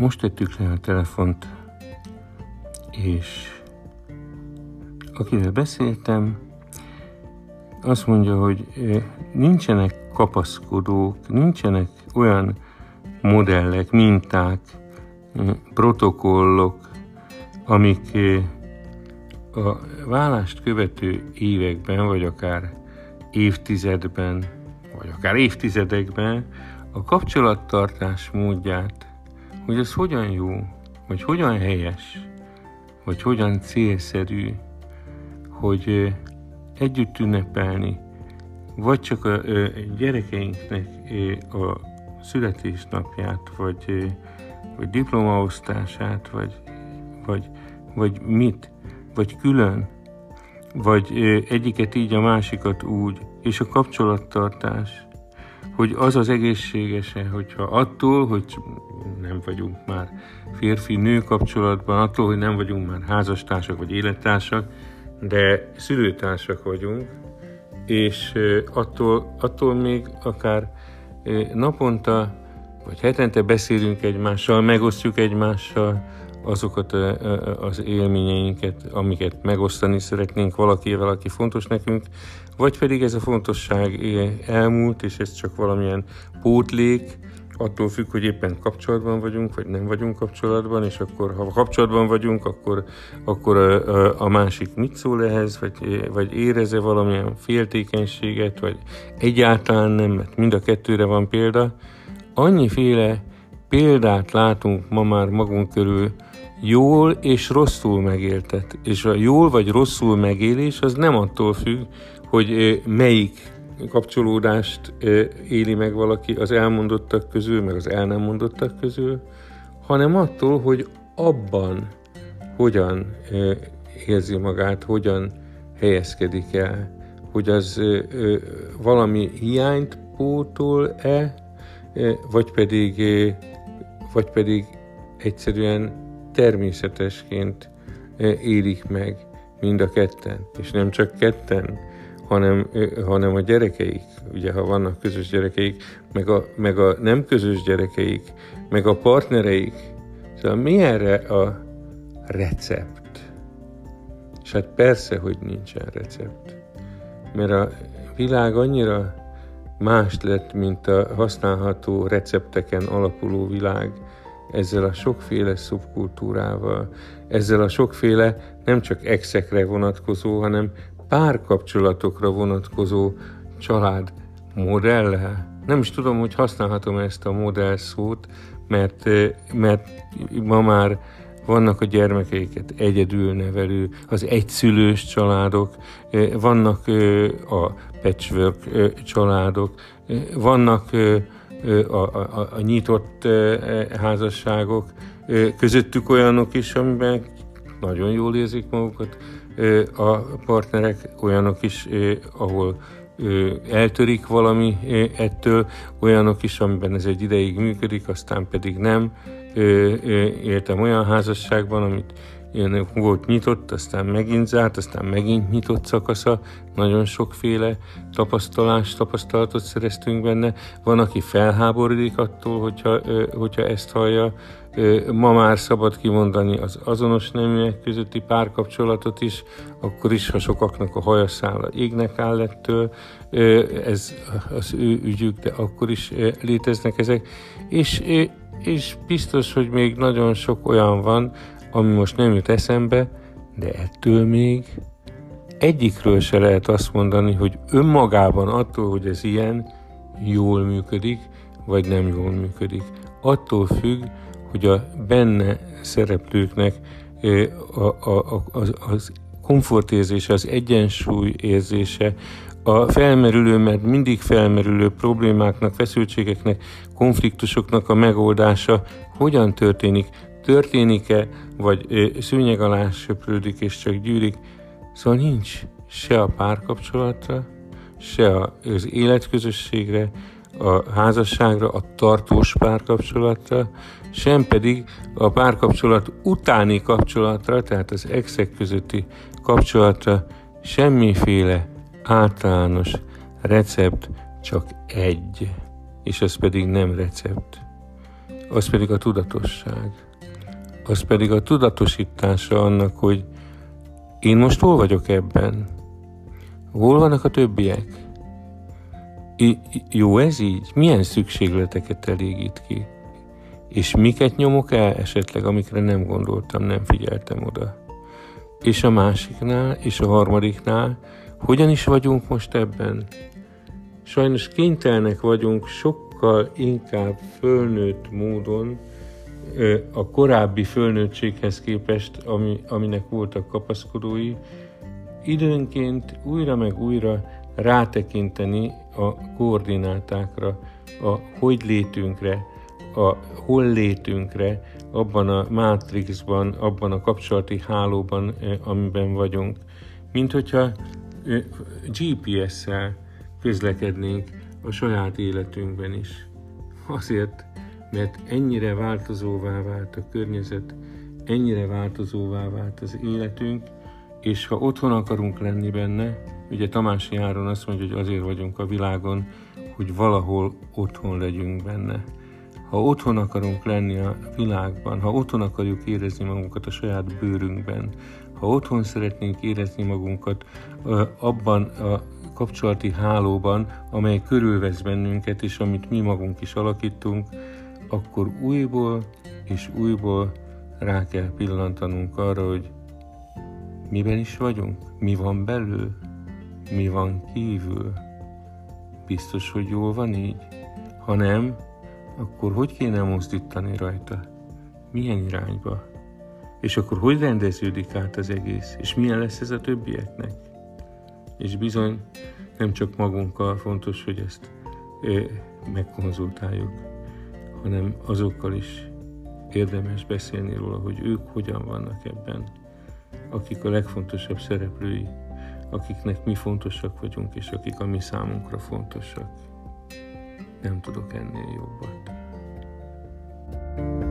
Most tettük le a telefont, és akivel beszéltem, azt mondja, hogy nincsenek kapaszkodók, nincsenek olyan modellek, minták, protokollok, amik a válást követő években, vagy akár évtizedben, vagy akár évtizedekben a kapcsolattartás módját, hogy az hogyan jó, vagy hogyan helyes, vagy hogyan célszerű, hogy együtt ünnepelni, vagy csak a gyerekeinknek a születésnapját, vagy diplomaosztását, vagy mit, vagy külön, vagy egyiket így, a másikat úgy, és a kapcsolattartás, hogy az az egészségese, hogyha attól, hogy nem vagyunk már férfi-nő kapcsolatban, attól, hogy nem vagyunk már házastársak vagy élettársak, de szülőtársak vagyunk, és attól még akár naponta vagy hetente beszélünk egymással, megosztjuk egymással azokat az élményeinket, amiket megosztani szeretnénk valakivel, aki fontos nekünk, vagy pedig ez a fontosság elmúlt, és ez csak valamilyen pótlék, attól függ, hogy éppen kapcsolatban vagyunk, vagy nem vagyunk kapcsolatban, és akkor, ha kapcsolatban vagyunk, akkor a másik mit szól ehhez, vagy érez-e valamilyen féltékenységet, vagy egyáltalán nem, mert mind a kettőre van példa. Annyiféle példát látunk ma már magunk körül, jól és rosszul megéltet. És a jól vagy rosszul megélés az nem attól függ, hogy melyik kapcsolódást éli meg valaki az elmondottak közül, meg az el nem mondottak közül, hanem attól, hogy abban hogyan érzi magát, hogyan helyezkedik el, hogy az valami hiányt pótol-e, vagy pedig egyszerűen természetesként élik meg mind a ketten, és nem csak ketten, hanem a gyerekeik, ugye ha vannak közös gyerekeik, meg a nem közös gyerekeik, meg a partnereik. Szóval mi erre a recept? És hát persze, hogy nincsen recept. Mert a világ annyira más lett, mint a használható recepteken alapuló világ, ezzel a sokféle szubkultúrával, ezzel a sokféle nem csak exekre vonatkozó, hanem párkapcsolatokra vonatkozó család modellel. Nem is tudom, hogy használhatom ezt a modell szót, mert ma már vannak a gyermekeiket egyedül nevelő, az egyszülős családok, vannak a patchwork családok, vannak a nyitott házasságok, közöttük olyanok is, amiben nagyon jól érzik magukat a partnerek, olyanok is, ahol eltörik valami ettől, olyanok is, amiben ez egy ideig működik, aztán pedig nem. Éltem olyan házasságban, amit volt nyitott, aztán megint zárt, aztán megint nyitott szakasza, nagyon sokféle tapasztalatot szereztünk benne. Van, aki felháborodik attól, hogyha ezt hallja. Ma már szabad kimondani az azonos neműek közötti párkapcsolatot is, akkor is, ha sokaknak a hajaszála égnek áll ettől, ez az ő ügyük, de akkor is léteznek ezek. És biztos, hogy még nagyon sok olyan van, ami most nem jut eszembe, de ettől még egyikről se lehet azt mondani, hogy önmagában attól, hogy ez ilyen, jól működik, vagy nem jól működik. Attól függ, hogy a benne szereplőknek az komfortérzése, az egyensúly érzése, a felmerülő, mert mindig felmerülő problémáknak, feszültségeknek, konfliktusoknak a megoldása hogyan történik, történik-e, vagy szőnyeg alá söprődik és csak gyűrik. Szóval nincs se a párkapcsolatra, se az életközösségre, a házasságra, a tartós párkapcsolatra, sem pedig a párkapcsolat utáni kapcsolatra, tehát az exek közötti kapcsolatra semmiféle általános recept, csak egy, és ez pedig nem recept. az pedig a tudatosság. Az pedig a tudatosítása annak, hogy én most hol vagyok ebben? Hol vannak a többiek? Jó ez így? Milyen szükségleteket elégít ki? És miket nyomok el esetleg, amikre nem gondoltam, nem figyeltem oda? És a másiknál, és a harmadiknál, hogyan is vagyunk most ebben? Sajnos kénytelenek vagyunk sokkal inkább fölnőtt módon a korábbi fölnőttséghez képest, aminek voltak kapaszkodói, időnként újra meg újra rátekinteni a koordinátákra, a hogy létünkre, a hol létünkre, abban a mátrixban, abban a kapcsolati hálóban, amiben vagyunk. Mint hogyha GPS-szel közlekednénk a saját életünkben is. Azért, mert ennyire változóvá vált a környezet, ennyire változóvá vált az életünk, és ha otthon akarunk lenni benne, ugye Tamási Áron azt mondja, hogy azért vagyunk a világon, hogy valahol otthon legyünk benne. Ha otthon akarunk lenni a világban, ha otthon akarjuk érezni magunkat a saját bőrünkben, ha otthon szeretnénk érezni magunkat abban a kapcsolati hálóban, amely körülvesz bennünket, és amit mi magunk is alakítunk, akkor újból és újból rá kell pillantanunk arra, hogy miben is vagyunk, mi van belül, mi van kívül. Biztos, hogy jól van így? Ha nem, akkor hogy kéne mozdítani rajta? Milyen irányba? És akkor hogy rendeződik át az egész? És milyen lesz ez a többieknek? És bizony nem csak magunkkal fontos, hogy ezt megkonzultáljuk, hanem azokkal is érdemes beszélni róla, hogy ők hogyan vannak ebben, akik a legfontosabb szereplői, akiknek mi fontosak vagyunk, és akik a mi számunkra fontosak. Nem tudok ennél jobbat.